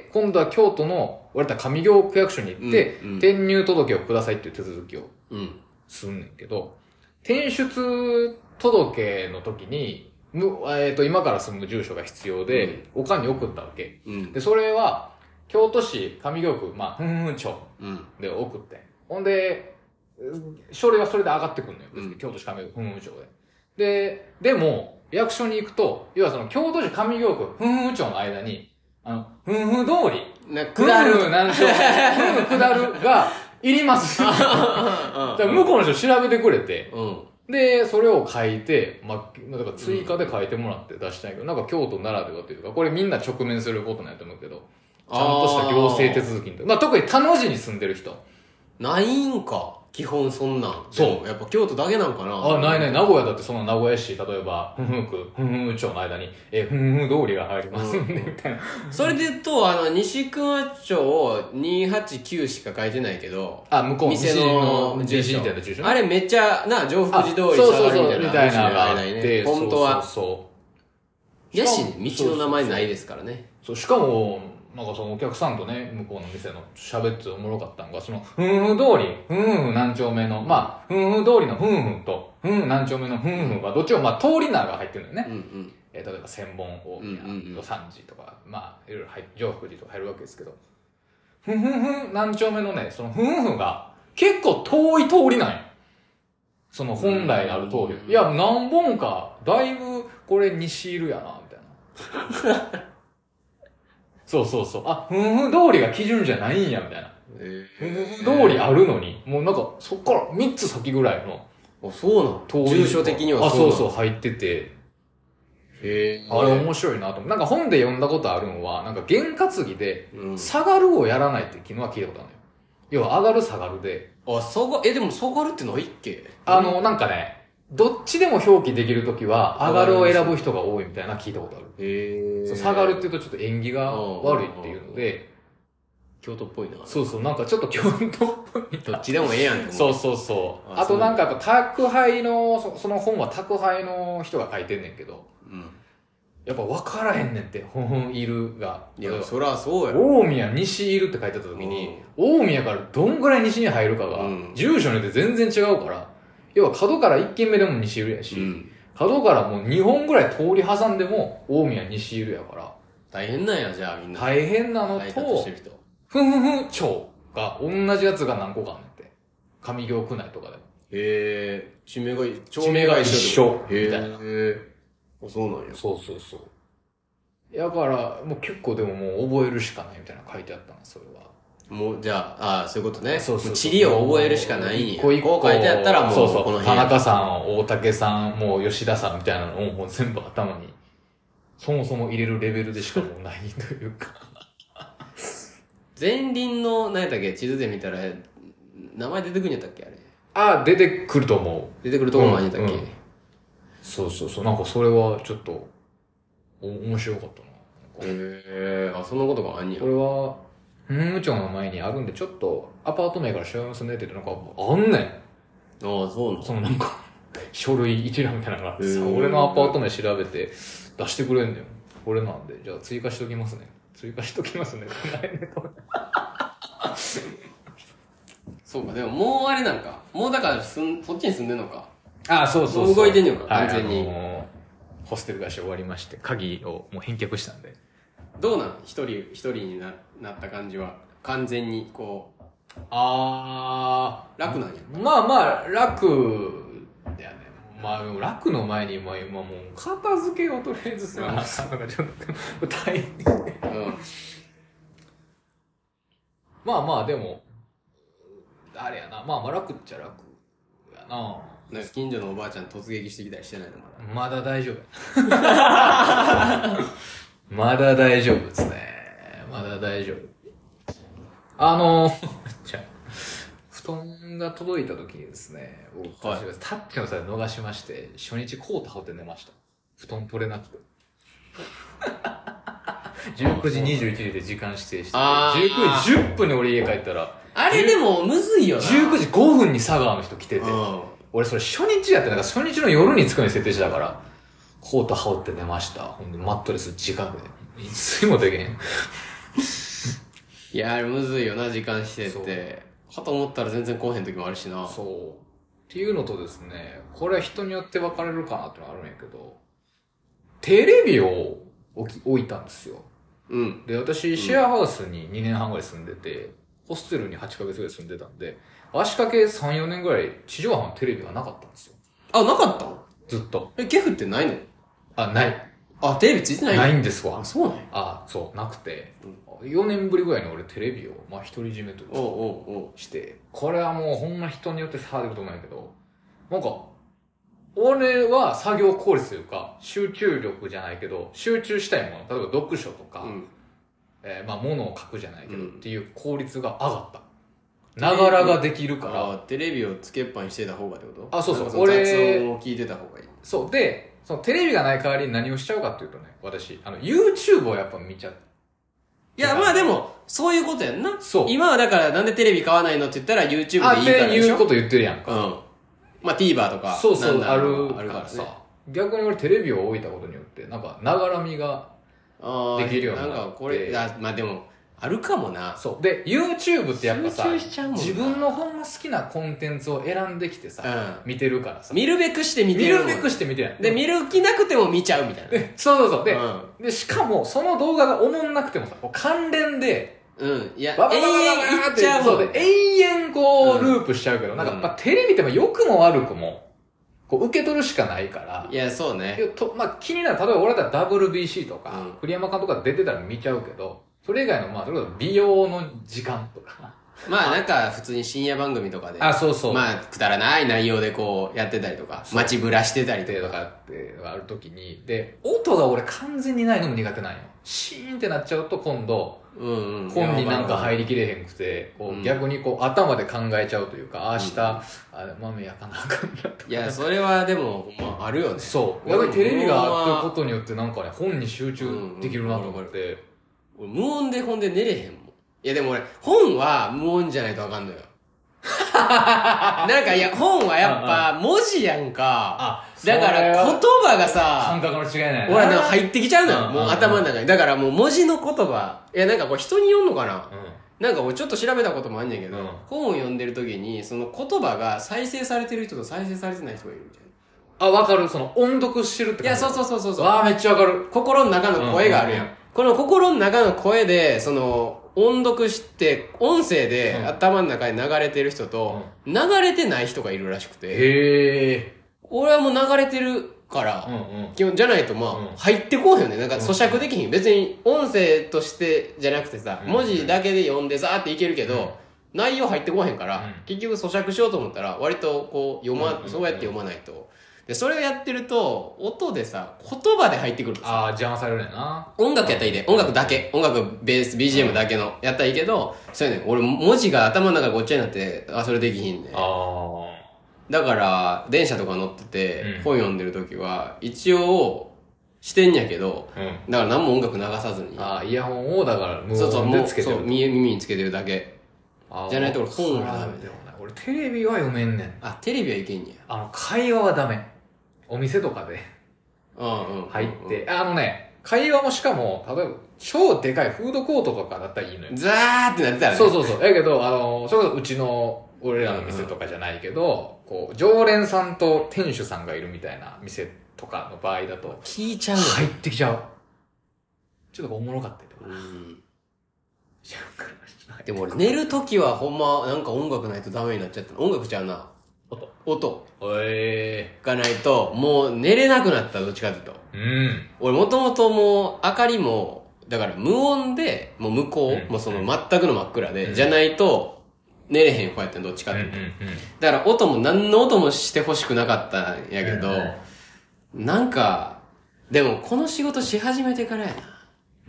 今度は京都の、俺た上京区役所に行って、うんうん、転入届をくださいっていう手続きを、すんねんけど、転出届の時に、む、えっと、今から住む住所が必要で、うん、おかんに送ったわけ。うん、で、それは、京都市上京区、まあ、ふんふん町で送って。うん、ほんで、書類はそれで上がってくるのよ。別に京都市上京区、ふんふん町で。で、でも、役所に行くと、要はその、京都市上京区、ふんふん町の間に、あの、ふんふん通り、下る、なんしょ、ふんふん下るが、いります。だから向こうの人調べてくれて、うんで、それを書いて、まあ、だから追加で書いてもらって出したいけど、うん、なんか京都ならではというか、これみんな直面することなんやと思うけど、ちゃんとした行政手続きに。まあ、特に田野路に住んでる人。 ないんか。基本そんなん。そう。やっぱ京都だけなんかな。 あ、ないない。名古屋だってその名古屋市、例えば、ふんふん区、ふんふん町の間に、え、ふんふん通りが入りますんで、みたいな。 それで言うと、あの、西熊町にはちきゅうしか書いてないけど、 あ、向こう店の住所。みたいな住所。 あれめっちゃ、な、上福寺通りそうそうそう、みたいなのがあって、 本当は。 そうそうやし、道の名前ないですからね。 そう、しかも、 なんかそのお客さんとね、向こうの店の喋っておもろかったのが、その、ふんふ通り、ふんふ何丁目の、まあ、ふんふ通りのふんふと、ふん何丁目のふんふは、どっちもまあ、通り名が入ってるんだよね。 うんうん。 えー、例えば、千本、大宮、魯山寺とか、まあ、いろいろ入っ、上福寺とか入るわけですけど、ふんふんふん何丁目のね、そのふんふが、結構遠い通りなんよ。その本来ある通り。いや、何本か、だいぶ、これ西いるやな、みたいな。そうそうそう。あ、ふんふん通りが基準じゃないんや、みたいな。 えふんふん通りあるのに、もうなんか、そっからみっつ先ぐらいの。 あ、そうなの通り。 住所的にはそうなの。あ、そうそう、入ってて。 へあれ面白いなと思う。なんか本で読んだことあるのは、なんか験担ぎで、下がるをやらないって昨日は聞いたことあるのよ。要は上がる下がるで。 あ、下が、え、でも下がるってないっけ？ あの、なんかね、どっちでも表記できるときは、上がるを選ぶ人が多いみたいな聞いたことある。 へー。下がるって言うとちょっと縁起が悪いっていうので、 京都っぽいな。 そうそう、なんかちょっと京都っぽい。 どっちでもええやんって。 そうそうそう。あ, あとなんかやっぱ宅配のそ、その本は宅配の人が書いてんねんけど、うん。やっぱ分からへんねんって、本いるが。 いや、そらそうや。 大宮西いるって書いてあった時に、大宮からどんぐらい西に入るかが、住所によって全然違うから、要は角からいっ軒目でも西いるやし、うん、角からもうにほんぐらい通り挟んでも大宮西いるやから。 大変なんや、じゃあみんな。 大変なのと、ふんふんふん町が同じやつが何個かあんねんって。上京区内とかでも。 へー、地名が、 地名が一緒。 みたいな。へー。そうなんや。 そうそうそう。だから、もう結構でももう覚えるしかないみたいな書いてあったの、それは。 もう、じゃあ、ああ、そういうことね。 そうそうそう。 地理を覚えるしかないんや。 こうこう書いてあったらもう、 そうそう。 この田中さん、大竹さん、もう吉田さんみたいなのをもう全部頭に、そもそも入れるレベルでしかもうないというか。 前輪の、何やったっけ、地図で見たら、名前出てくるんやったっけ、あれ。 ああ、出てくると思う。 出てくるとこもあるんやったっけ、うんうん、 そうそうそう。なんかそれはちょっと、お、面白かったな。 へえー、あ、そんなことがあんねや。 これは、本務庁の前にあるんで、ちょっと、アパート名から調べますねって言って、なんか、あんねん。ああ、そうなの？ そのなんか、書類一覧みたいなのがあってさ、俺のアパート名調べて、出してくれんねん。これなんで、じゃあ追加しときますね。追加しときますね。 そうか、でももうあれなんか。もうだからすん、そっちに住んでんのか。 ああ、そうそうそう。 もう動いてんのか、完全に。 はい、あのー、ホステル会社終わりまして、鍵をもう返却したんで。 どうなん一人、一人に な, なった感じは。完全に、こう。 あー。楽なんや。 まあまあ、楽だよね。まあ、楽の前に、まあ今もう、片付けをとりあえずするのがちょっと、大変。うん。まあまあ、でも、あれやな。まあまあ楽っちゃ楽やな。 なんか近所のおばあちゃん突撃してきたりしてないのまだ。まだ大丈夫。まだ大丈夫ですね。まだ大丈夫。あの、じゃあ、布団が届いた時にですね、僕、はい、タッチの際逃しまして、初日コート羽織って寝ました。布団取れなくて。じゅうくじにじゅういちじで時間指定してて、じゅうくじじゅっぷんに俺家帰ったら、 あれでもむずいよな。 じゅうくじごふんに佐川の人来てて、俺それ初日やって、なんか初日の夜に着くように設定してたから、コート羽織って寝ました。ほんで、マットレス直で。いつもできへん。 いや、あれむずいよな、時間指定って。かと思ったら全然来へん時もあるしな。 そう。っていうのとですね、これは人によって分かれるかなってのがあるんやけど、テレビを置き置いたんですよ。 うん。 で、私、シェアハウスににねんはんぐらい住んでて、ホステルにはちかげつぐらい住んでたんで、足掛けさん、よねんぐらい地上波のテレビがなかったんですよ。 あ、なかったの？ ずっと。 え、ケフってないの？ あ、ない。 あ、テレビついてないの？ ないんですわ。 あ、そうなんや。 あ、そう、なくて、うん、よねんぶりぐらいに俺テレビを、まあ独り占めというか、 おうおうおうして、これはもうほんま人によって差出ると思うんやけど、なんか、俺は作業効率というか、集中力じゃないけど、集中したいもの、例えば読書とか、うん、えー、まあ物を書くじゃないけど、うん、っていう効率が上がった。ながらができるから。 あ、テレビをつけっぱにしてた方がってこと？ あ、そうそう。 俺、雑音を聞いてた方がいい。 そう。で、そのテレビがない代わりに何をしちゃうかっていうとね、私、あの、YouTube をやっぱ見ちゃう。 いや、まあでも、そういうことやんな。 そう。 今はだからなんでテレビ買わないのって言ったら YouTube でいいからでしょ。 あ、っていうこと言ってるやんか。 うん。まあ TVer とか。 そうそう、ある、あるからさ。逆に俺テレビを置いたことによって、なんか、ながらみが、 できるようになって。 なんかこれ、あ、まあでも、あるかもな。 そう。で、YouTube ってやっぱさ、 自分のほんま好きなコンテンツを選んできてさ、うん、見てるからさ。 見るべくして見てる。 見るべくして見てる。 で、見る気なくても見ちゃうみたいな。 そうそうそう。で、うん、で、しかも、その動画がおもんなくてもさ、関連で、 うん。いや、 永遠いっちゃう。そうで、永遠こう、ループしちゃうけど、うん、なんか、まあ、テレビって良くも悪くも、こう、受け取るしかないから。 いや、そうね。 とまあ、気になる。例えば俺だったら ダブリュービーシー とか、うん、栗山監督が出てたら見ちゃうけど、それ以外の、まあ、それこそ美容の時間とか。 まあ、なんか、普通に深夜番組とかで。 あ、そうそう。 まあ、くだらない内容でこう、やってたりとか、街ぶらしてたりとか。 ってある時に、で、音が俺完全にないのも苦手なんよ。シーンってなっちゃうと今度、 うんうん、 本になんか入りきれへんくて、こう、うん、逆にこう、頭で考えちゃうというか、明日、うん、あれ、豆やかなあかんなとか。 いや、それはでも、まあ、あるよね。 そう。やっぱりテレビがあることによってなんかね、本に集中できるなと思って。うんうん俺無音でほんで寝れへんもん。いやでも俺、本は無音じゃないとあかんのよ。なんかいや、本はやっぱ文字やんか。だから言葉がさ、 感覚の違いない俺なんか入ってきちゃうのよ。もう頭の中に。だからもう文字の言葉。いやなんかこれ人に読んのかな、うん、なんか俺ちょっと調べたこともあんねんけど、うん、本を読んでる時にその言葉が再生されてる人と再生されてない人がいるみたいな。 あ、わかる。その音読してるって感じ。 いや、そうそうそうそうそう。 ああ、めっちゃわかる。 心の中の声があるやん。うんうんうん、この心の中の声で、その、音読して、音声で頭の中に流れてる人と、流れてない人がいるらしくて。 へー。 俺はもう流れてるから、うんうん、基本じゃないとまあ、うん、入ってこうへんね。なんか咀嚼できひん。別に音声としてじゃなくてさ、うん、文字だけで読んでザーっていけるけど、うん、内容入ってこうへんから、うん、結局咀嚼しようと思ったら、割とこう、読ま、うん、そうやって読まないと。で、それをやってると、音でさ、言葉で入ってくるとさ。 ああ、邪魔されるやな。 音楽やったらいいで。音楽だけ。音楽、ベース、ビージーエム だけの、やったらいいけど、そうやねん。俺、文字が頭の中ごっちゃになって、あ、それできひんね。 ああ。 だから、電車とか乗ってて、うん、本読んでる時は、一応、してんやけど、うん、だから何も音楽流さずに。 ああ、イヤホンを、だから、無音でつけてる。 そうそう、耳につけてるだけ。じゃないと俺本はダメだよ。 俺、テレビは読めんねん。 あ、テレビはいけんや。 あの、会話はダメ。お店とかで入って、あのね、会話もしかも、例えば、超でかいフードコートとかだったらいいのよ。 ザーってなってたらね。 そうそうそう。だけど、あの、それこそうちの、俺らの店とかじゃないけど、うんうん、こう、常連さんと店主さんがいるみたいな店とかの場合だと、 聞いちゃう。 入ってきちゃう。ちょっとおもろかったよ。うん。 でも俺寝るときはほんま、なんか音楽ないとダメになっちゃった。音楽ちゃうな。 音。 音。 へがないと、もう寝れなくなった、どっちかというと。 うん。 俺もともともう、明かりも、だから無音で、もう向こう、うん、もうその全くの真っ暗で、うん、じゃないと、寝れへんこうやってどっちかというと。うんうんうん、だから音も何の音もしてほしくなかったんやけど、うんうん、なんか、でもこの仕事し始めてからやな。 うん。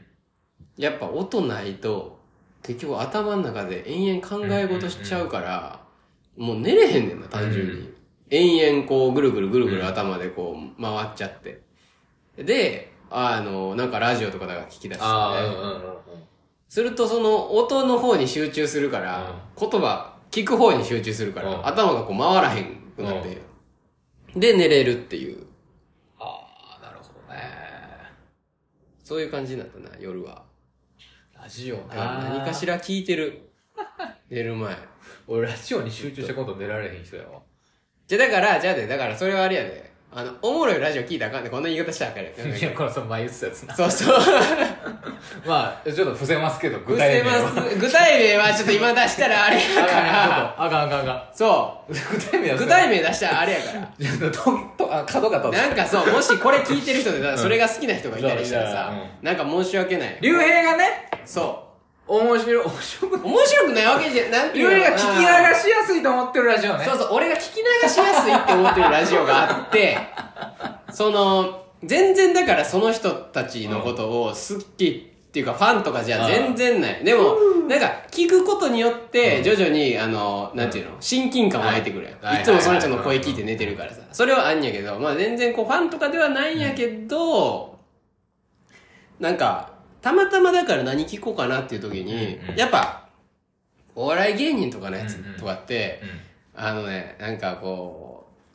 やっぱ音ないと、結局頭の中で延々考え事しちゃうから、うんうんうん、もう寝れへんねんな、単純に。うん、延々こう、ぐるぐるぐるぐる頭でこう、回っちゃって。で、あの、なんかラジオとかだから聞き出して、ね。 あうんうんうん、 するとその音の方に集中するから、うん、言葉、聞く方に集中するから、うん、頭がこう回らへんくなって、うん、で寝れるっていう。 ああ、なるほどね。 そういう感じになったな、夜は。 ラジオな。 何かしら聞いてる。寝る前。 俺ラジオに集中したこと寝られへん人やわ。 じゃ、だから、じゃあで、だからそれはあれやで。あの、おもろいラジオ聞いたらあかんで、こんな言い方したらあかんや。 いや、これその前言ってたやつな。 そうそう。 まあ、ちょっと伏せますけど、 具体名は。伏せます。具体名はちょっと今出したらあれやから。 あかんあかんあかん。 そう。 具体名は具体名出したらあれやから。 と、と、あ、角がと。 なんかそう、もしこれ聞いてる人で、それが好きな人がいたりしたらさ、なんか申し訳ない。 竜兵がね。 そう。 面白い、面白くない。 面白くないわけじゃ、なんていうの。 竜兵が聞き流しやすいと思ってるラジオね。 そうそう、俺が聞き流しやすいって思ってるラジオがあって、その、全然だからその人たちのことを好きっていうかファンとかじゃ全然ない。でも、なんか聞くことによって徐々に、あの、なんていうの、親近感湧いてくるやん。いつもその人の声聞いて寝てるからさ。それはあんやけど、まあ全然こうファンとかではないんやけど、なんか、たまたまだから何聞こうかなっていう時に、やっぱ、お笑い芸人とかのやつとかって、あのね、なんかこう、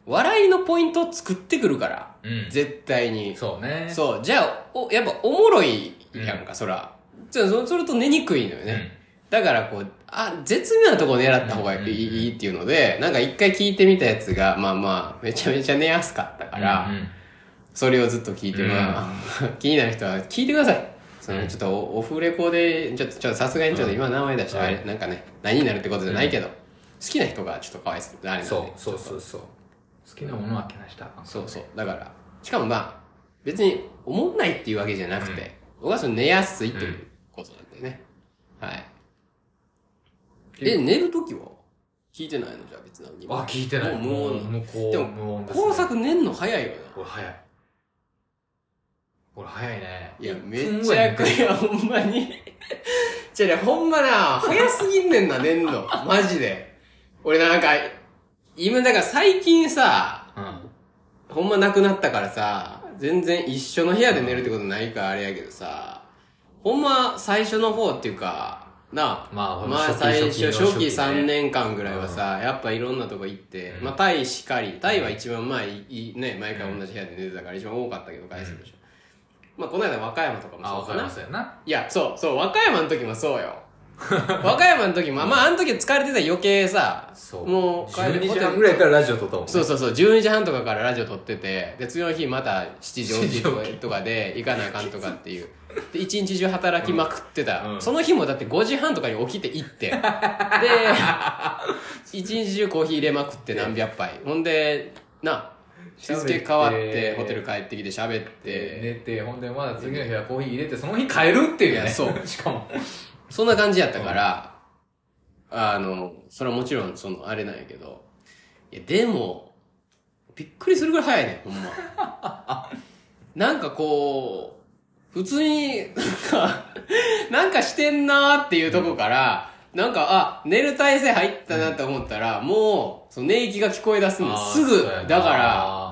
笑いのポイントを作ってくるから。 うん。 絶対に。 そうね。 そう。じゃあ、お、やっぱおもろいやんか、うん、そら。じゃあ、そ、それと寝にくいのよね。うん、だからこう、あ、絶妙なところで狙った方がいい、うんうんうん、いいっていうので、なんか一回聞いてみたやつが、まあまあ、めちゃめちゃ寝やすかったから、うんうん、それをずっと聞いて、まあ、うん、気になる人は聞いてください。その、ちょっとオフレコで、ちょっと、ちょっとさすがにちょっと今名前出して、あれ、なんかね、何になるってことじゃないけど、うん、好きな人がちょっとかわいそう。あれなんで。 そう、そうそうそう。好きなものはけなしたらあかん。 そうそう。だから、しかもまあ、別に思んないっていうわけじゃなくて、うん、僕はその寝やすいということなんでね。うん、はい。え、寝るときは聞いてないのじゃあ別なのに。 あ、聞いてない。 もう無音。でも、 無音ですね。工作寝んの早いよな。 これ早い。これ早いね。 いや、めちゃくちゃほんまに。じゃあね、ほんまな、早すぎんねんな、寝んの。マジで。俺なんか、今だから最近さ、うん、ほんま亡くなったからさ、全然一緒の部屋で寝るってことないからあれやけどさ、ほんま最初の方っていうか、なあ、まあ、まあ最初、初期さんねんかんぐらいはさ、うん、やっぱいろんなとこ行って、うん、まあタイしかり、タイは一番前、いね、毎回同じ部屋で寝てたから一番多かったけど、回数でしょ。うん、まあこの間和歌山とかもそうかな。 あ、そうやな。 いや、そう、そう、和歌山の時もそうよ。和歌山の時も、まああの時疲れてた余計さ、 そうもうじゅうにじはんぐらいからラジオ撮ったもんね。 そうそうそう、じゅうにじはんとかからラジオ撮ってて、で、次の日またしちじ起きとかで行かなあかんとかっていう。で、一日中働きまくってた。うん、その日もだってごじはんとかに起きて行って。で、一日中コーヒー入れまくって何百杯。ほんで、な、日付変わってホテル帰ってきて喋って。 寝て、ほんでまだ次の日はコーヒー入れて、その日帰るっていうね。いや、 そう。しかも。そんな感じやったから、うん、あの、それはもちろん、その、あれなんやけど、いや、でも、びっくりするぐらい早いねん、ほんま。なんかこう、普通に、なんか、なんかしてんなーっていうとこから、うん、なんか、あ、寝る体勢入ったなって思ったら、うん、もう、その寝息が聞こえ出すんです。すぐ、だから、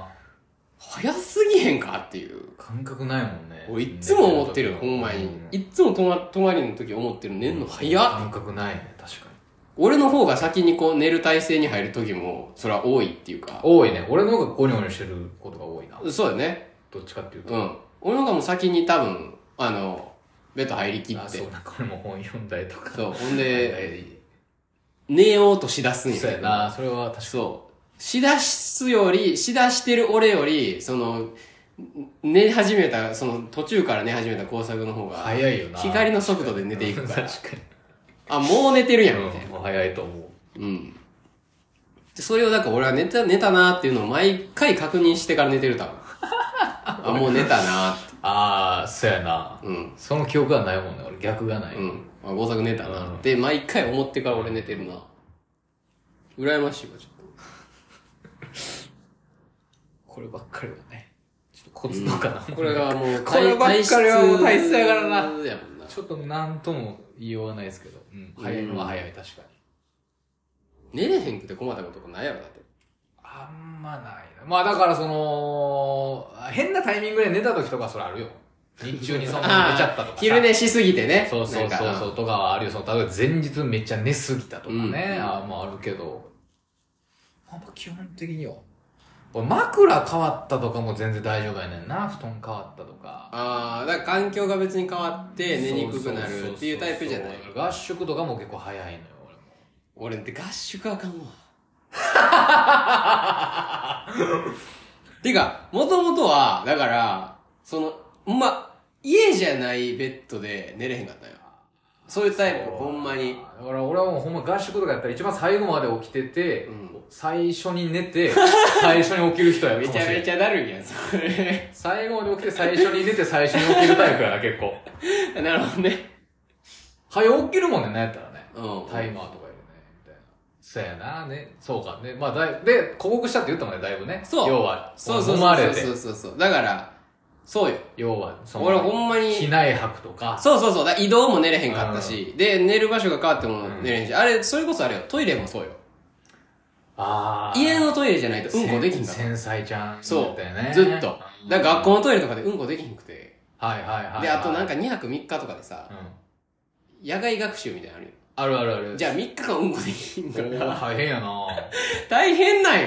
早すぎへんかっていう。 感覚ないもんね。 俺いっつも思ってる、ほんまに。いっつも泊ま、泊まりの時思ってる、寝んの早っ。 感覚ないね、確かに。 俺の方が先にこう寝る体勢に入る時も、それは多いっていうか。 多いね。俺の方がゴニョゴニョしてることが多いな。 そうだね。 どっちかっていうと。 うん。俺の方がもう先に多分、あの、ベッド入りきって。 あ、そう、なんか俺も本読んだりとか。 そう、ほんで、寝ようとしだすんや。 そうやな、それは確かに。 そう。しだすより、しだしてる俺より、その、寝始めた、その途中から寝始めた工作の方が、 早いよな。 光の速度で寝ていくから。 確かに。 あ、もう寝てるやん、みたいな。 もう早いと思う。 うん。で、それをだから俺は寝た、寝たなーっていうのを毎回確認してから寝てる多分。あ、もう寝たなーって。 ああ、そうやな。 うん。 その記憶はないもんね、俺逆がない。 うん。あ、工作寝たなって、毎回思ってから俺寝てるな。羨ましいわ、ちょっと。 こればっかりはね。ちょっとコツとかな、 うん。これがもう、 こればっかりはもう体質やからな。 やもんな。 ちょっとなんとも言いようがないですけど。うん。早いのは早い、確かに。寝れへんくて困ったことないやろ、だって。 あんまないな。まあだからその、変なタイミングで寝た時とかそれあるよ。日中にそんなに寝ちゃったとかさ。 昼寝しすぎてね。 そうそうそうそうとかはあるよ。その、例えば前日めっちゃ寝すぎたとかね。うん、あまああるけど。まあ基本的には。枕変わったとかも全然大丈夫やねんな。布団変わったとか。 ああ、だから環境が別に変わって寝にくくなるっていうタイプじゃない。 合宿とかも結構早いのよ、俺も。 俺って合宿あかんわ。てか、もともとは、だから、その、ま、家じゃないベッドで寝れへんかったよ。そういうタイプ、ほんまに。 だから俺はもうほんま合宿とかやったら一番最後まで起きてて、うん、最初に寝て、最初に起きる人やめちゃめちゃだるいやん、それ。 最後まで起きて最初に寝て最初に起きるタイプやな、結構。 なるほどね。 早起きるもんね、なんやったらね。 うん。 タイマーとかいるね、みたいな。そうやな、ね。そうかね。まあだい、で、広告したって言ったもんね、だいぶね。 そう。 要は、 そうそうそうそうそうそうそう。だから、そうよ。 要は、 その、俺ほんまに。 機内泊とか。 そうそうそう。だ移動も寝れへんかったし、うん、で、寝る場所が変わっても寝れへんし、うん、あれ、それこそあれよ、トイレもそうよ。 ああ。 家のトイレじゃないとうんこできんかった。 繊細ちゃん。 そう。 だよね。 ずっと。だから学校のトイレとかでうんこできひんくて。 はいはいはい、はい。 で、あとなんかにはくみっかとかでさ、うん、野外学習みたいなのあるよ。 あるあるある。 じゃあみっかかんうんこできひんから。 大変やな大変なんよ。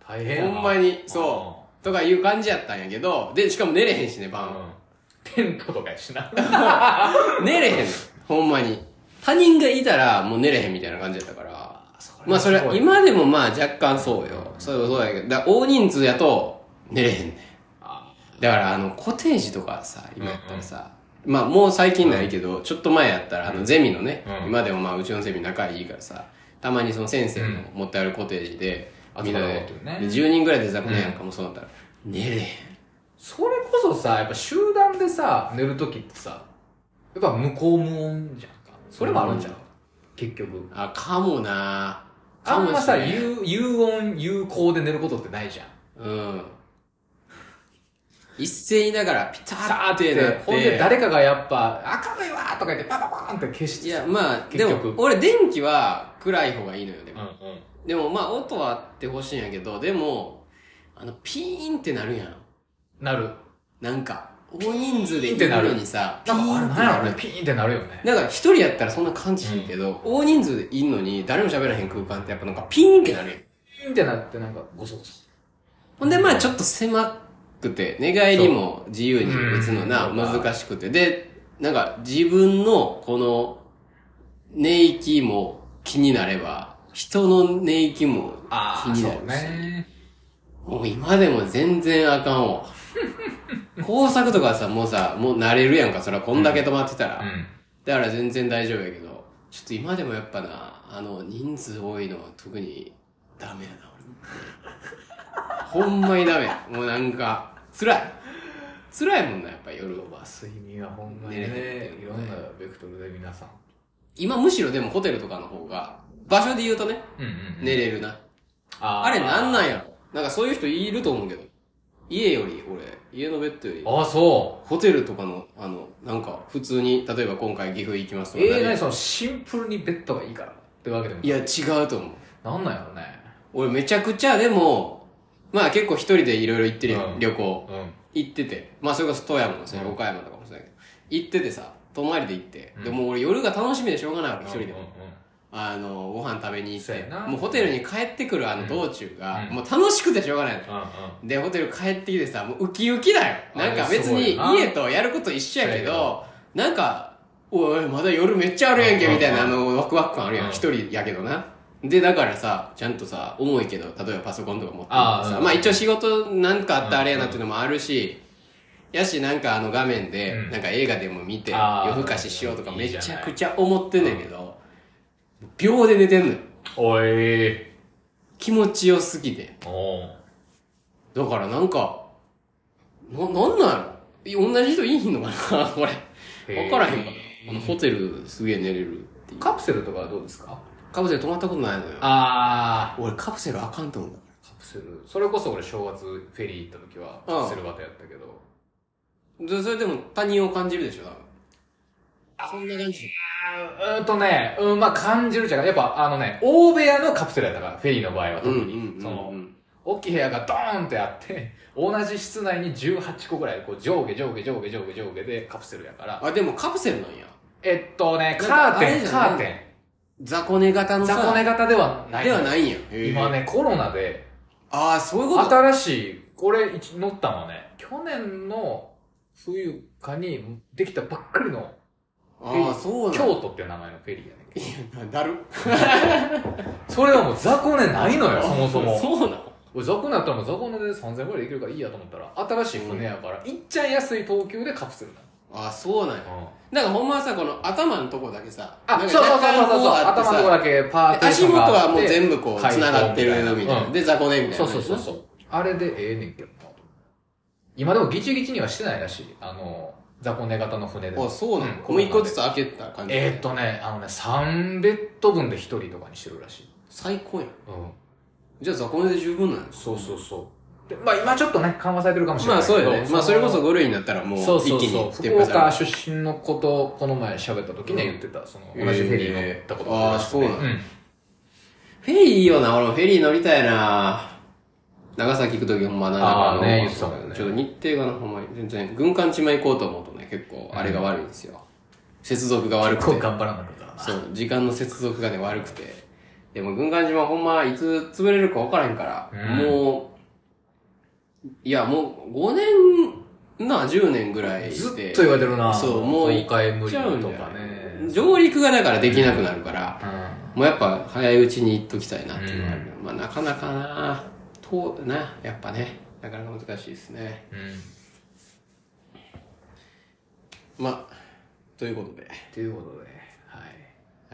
大変やな。 ほんまに、そう。とかいう感じやったんやけど、で、しかも寝れへんしね、晩。うん、 テントとかやしな。 寝れへんの。ほんまに。他人がいたらもう寝れへんみたいな感じやったから。まあそれ、今でもまあ若干そうよ。そうそうやけど。だから大人数やと寝れへんねん。だからあの、コテージとかさ、今やったらさ、うんうん、まあもう最近ないけど、うん、ちょっと前やったらあの、ゼミのね、うん、今でもまあうちのゼミ仲いいからさ、たまにその先生の持ってあるコテージで、うん、みんなで、でじゅうにんぐらいで雑魚寝やんかもそうなったら、寝れへん。 それこそさ、やっぱ集団でさ、寝るときってさ、やっぱ無効無音じゃんか。それもあるんじゃん、うん、結局。 あ、かもなあんまさ、有、有音、有効で寝ることってないじゃん。うん。 一斉にだからピターってなって。 ほんで誰かがやっぱ、明るいわーとか言ってパパパーンって消して。 いや、まあ、でも、俺電気は暗い方がいいのよ、でも。うんうん、でもまあ、音はあってほしいんやけど、でも、あの、ピーンってなるやん。 なる。 なんか、大人数でいるのにさ、 ピーンってなる。ピーンってなるよね。 だから一人やったらそんな感じしんけど、うん、大人数でいんのに誰も喋らへん空間ってやっぱなんかピーンってなるやん。 ピーンってなってなんかゴソゴソ。 ほんでまあちょっと狭くて、寝返りも自由に打つのな、難しくて。で、なんか自分のこの寝息も気になれば、人の寝息も気になるし。ね、もう今でも全然あかんわ。工作とかさ、もうさ、もう慣れるやんか、それはこんだけ止まってたら。うん、だから全然大丈夫やけど、ちょっと今でもやっぱな、あの、人数多いのは特にダメやな、俺。ほんまにダメ。もうなんか、辛い。辛いもんな、やっぱ夜は。睡眠はほんまにね、ねいろんなベクトルで皆さん。 今むしろでもホテルとかの方が、場所で言うとね、うんうんうん、寝れるな。あ, あれなんなんやろ。なんかそういう人いると思うけど。家より、俺、家のベッドより。 ああ、そう。 ホテルとかの、あの、なんか、普通に、例えば今回岐阜行きますとか。 ええー、何そのシンプルにベッドがいいからってわけでもいや、違うと思う。 なんなんやろね。 俺めちゃくちゃ、でも、まあ結構一人でいろいろ行ってるよ、うん、旅行、うん。行ってて。まあそれこそ富山もそうや、岡山とかもそうやけど。行っててさ、泊まりで行って。うん、でも俺夜が楽しみでしょうがないわけ、一人でも。うんうんうん、あの、ご飯食べに行って、もうホテルに帰ってくるあの道中が、もう楽しくてしょうがないの、うんうん。で、ホテル帰ってきてさ、もうウキウキだよ。なんか別に家とやること一緒やけど、なんか、おい、まだ夜めっちゃあるやんけ、みたいなあの、ワクワク感あるやん。一人やけどな。で、だからさ、ちゃんとさ、重いけど、例えばパソコンとか持ってってさ、まあ一応仕事なんかあったらあれやなっていうのもあるし、やし、なんかあの画面で、なんか映画でも見て、夜更かししようとかめちゃくちゃ思ってんねんけど、秒で寝てんのよ。 おいー。 気持ちよすぎて。おだからなんか、な、なんなんやろ同じ人いいひんのかなこれ。わからへんかな。あの、ホテルすげえ寝れるっていう。 カプセルとかはどうですか？ カプセル泊まったことないのよ。 あー。俺カプセルあかんと思うんだから。カプセル。それこそ俺正月フェリー行った時はカプセル型やったけど。 で、それでも他人を感じるでしょ多分。そんな感じ。 うーんとね、うん、まあ感じるじゃん。やっぱあのね、大部屋のカプセルやったから、フェリーの場合は特に。うんうんうんうん、その、大きい部屋がドーンってあって、同じ室内にじゅうはちこぐらい、こう上下上下上下上下上下でカプセルやから。 あ、でもカプセルなんや。 えっとね、カーテン、カーテン。 雑魚寝型のさ。 雑魚寝型ではない。 ではないんや。 今ね、コロナで。 ああ、そういうこと新しい、これ乗ったのはね、去年の冬かにできたばっかりの、 ああ、そうな京都っていう名前のフェリーやねんけど。 いや、だる。 それはもう雑魚寝ないのよ、そもそも。 そうなの俺雑魚寝だったらもう雑魚寝でさんぜんえんぐらいできるからいいやと思ったら、新しい船やから、いっちゃん安い東急でカプセルなの。ああ、そうなんや。うん、だからほんまはさ、この頭のとこだけさ、 あ、そうそうそうそうそう、頭のとこだけパーテーションがあって。 足元はもう全部こう、繋がってるみたいな。うん、で、雑魚寝みたいな。 そうそうそう。あれでええねんけどな。今でもギチギチにはしてないらしい。あの、雑魚寝型の船で。 あ、そうなの、うん、もう一個ずつ開けた感じ。 えー、っとね、あのね、さんベッド分でひとりとかにしてるらしい。 最高やん。うん。じゃあ雑魚寝で十分なの？ そうそうそう。で、まあ今ちょっとね、緩和されてるかもしれないけど。 まあそうよね。まあそれこそご類になったらもう一気に。 そうそうそう。福岡出身の子とこの前喋った時には言ってた。その、同じフェリー乗ったことがあるらしくて。ああ、そうなの、うん、 フェリーいいよな。俺もフェリー乗りたいな。長崎行くときほんまなんああね、言ってたもんね。 ちょっと日程がな、ほんまに。全然、軍艦島行こうと思うとね、結構、あれが悪いんですよ。うん、接続が悪くて。 結構頑張らなかったな。 そう、時間の接続がね、悪くて。 でも軍艦島ほんまいつ潰れるか分からへんから、うん、もう、いやもうごねんな、じゅうねんぐらいで。 ずっと言われてるな。 そう、もう一回無理とかね。 上陸がだからできなくなるから、うん、もうやっぱ早いうちに行っときたいなっていうのはある、うん、まあなかなかな、と、な、やっぱね、なかなか難しいですね。うん、まあ、ということで。 ということで、はい。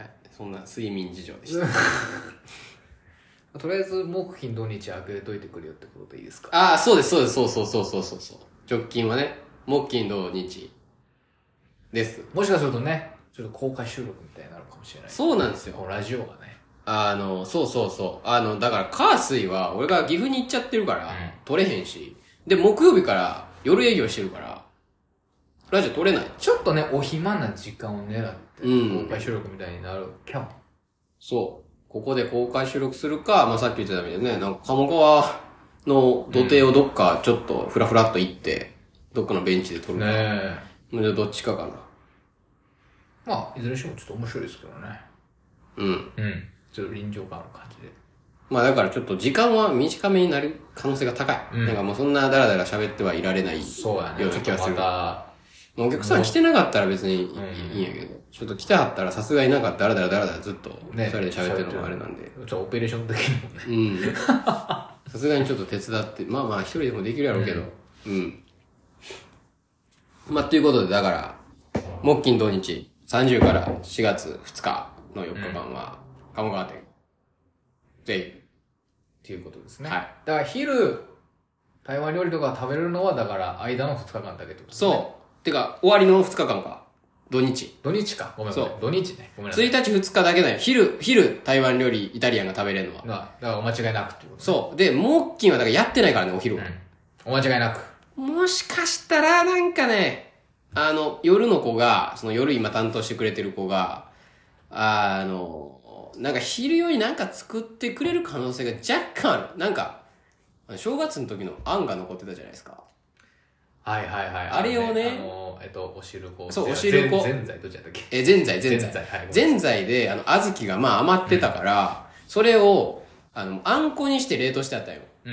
はい、そんな睡眠事情でした。 とりあえず、木金土日開けといてくれよってことでいいですか？ ああ、そうです、そうです、そうそうそうそうそうそう。直近はね、木金土日です。 もしかするとね、ちょっと公開収録みたいになるかもしれない。 そうなんですよ。 このラジオがね。 あの、そうそうそう。あの、だから、火水は、俺が岐阜に行っちゃってるから、うん、撮れへんし。で、木曜日から夜営業してるから、ラジオ撮れない。 ちょっとね、お暇な時間を狙って、公開収録みたいになるかも。うん、 そう。ここで公開収録するか、まあ、さっき言ってたみたいにね、なんか鴨川の土手をどっかちょっとフラフラっと行って、どっかのベンチで撮るか。ねえ。どっちかかな。 まあ、いずれにしてもちょっと面白いですけどね。うん。うん。ちょっと臨場感ある感じで。 まあだからちょっと時間は短めになる可能性が高い。うん、なんかもうそんなダラダラ喋ってはいられない。 そうやね。 ような気がする。またお客さん来てなかったら別にいいんやけど、うん、ちょっと来てはったらさすがになんかダラダラダラダラずっと二人で喋ってるのがあれなんで。ね、 ちょっとオペレーション的にもね。 うん。さすがにちょっと手伝って、まあまあ一人でもできるやろうけど。うん。うん、まあということで、だから、木金土日、さんじゅうからしがつふつかのよっかかんは、鴨川店。ぜひ。 っていうことですね。はい。だから昼、台湾料理とか食べれるのは、だから間のふつかかんだけってことですね。 そう。てか、終わりのふつかかんか。土日。 土日か。ごめんなさい。そう。土日ね。ごめんなさい。ついたちふつかだけだよ。昼、昼、台湾料理、イタリアンが食べれるのは。 だからお間違いなくってこと、ね、 そう。で、木金はだからやってないからね、お昼は。 うん。お間違いなく。 もしかしたら、なんかね、あの、夜の子が、その夜今担当してくれてる子が、あの、なんか昼用になんか作ってくれる可能性が若干ある。なんか、正月の時のあんが残ってたじゃないですか。 はいはいはい。 あれをね、 あの、えっと、お汁粉。 そう、お汁粉。 ぜんざいどっちだったっけ？ え、ぜんざい、ぜんざい。ぜんざいで、あの、小豆がまあ余ってたから、うん、それを、あの、あんこにして冷凍してあったよ。うんうん。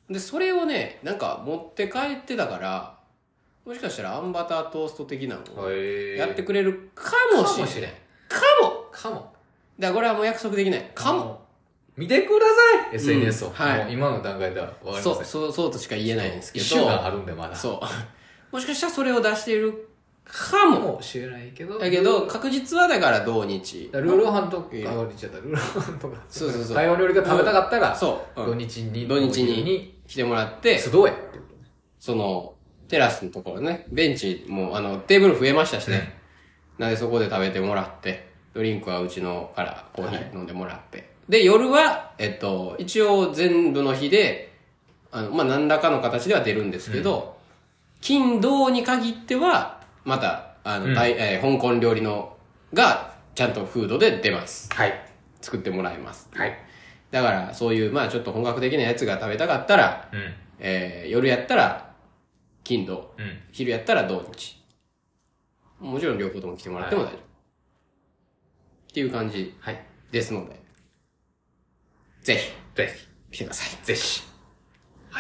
で、それをね、なんか持って帰ってたから、もしかしたらあんバタートースト的なのをやってくれるかもしれない。かもしれん。かもかも。 だからこれはもう約束できない。かも。 見てください !エスエヌエス を。うん、はい。もう今の段階では分かりません。 そう、そう、そうとしか言えないんですけど。 一週間あるんでまだ。 そう。もしかしたらそれを出しているかも。 しれないけど。 だけど、確実はだから同日。 ルーローハンとか、あ、言っちゃった。ルーローハンとか。 そうそうそう。 台湾料理が食べたかったら、 そう。 土日に。 土日に来てもらって。 集え。 その、テラスのところね、ベンチも、あの、テーブル増えましたしね。うん、なんでそこで食べてもらって、ドリンクはうちのからコーヒー飲んでもらって。はい、で、夜は、えっと、一応全部の日で、あの、まあ、何らかの形では出るんですけど、うん、金土に限っては、また、あの、うん、えー、香港料理の、が、ちゃんとフードで出ます。 はい。 作ってもらいます。 はい。 だから、そういう、まあちょっと本格的なやつが食べたかったら、うん、えー、夜やったら、金土、うん、昼やったら土日。もちろん両方とも来てもらっても大丈夫。はい、っていう感じですので、はい、ぜひ、 ぜひ、来てください。 ぜひ。はい。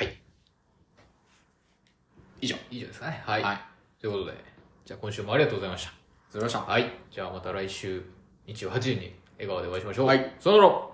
以上。 以上ですかね。はい。はい。ということで、じゃあ今週もありがとうございました。 ありがとうございました。 はい。じゃあまた来週、日曜はちじに笑顔でお会いしましょう。 はい。 さよなら。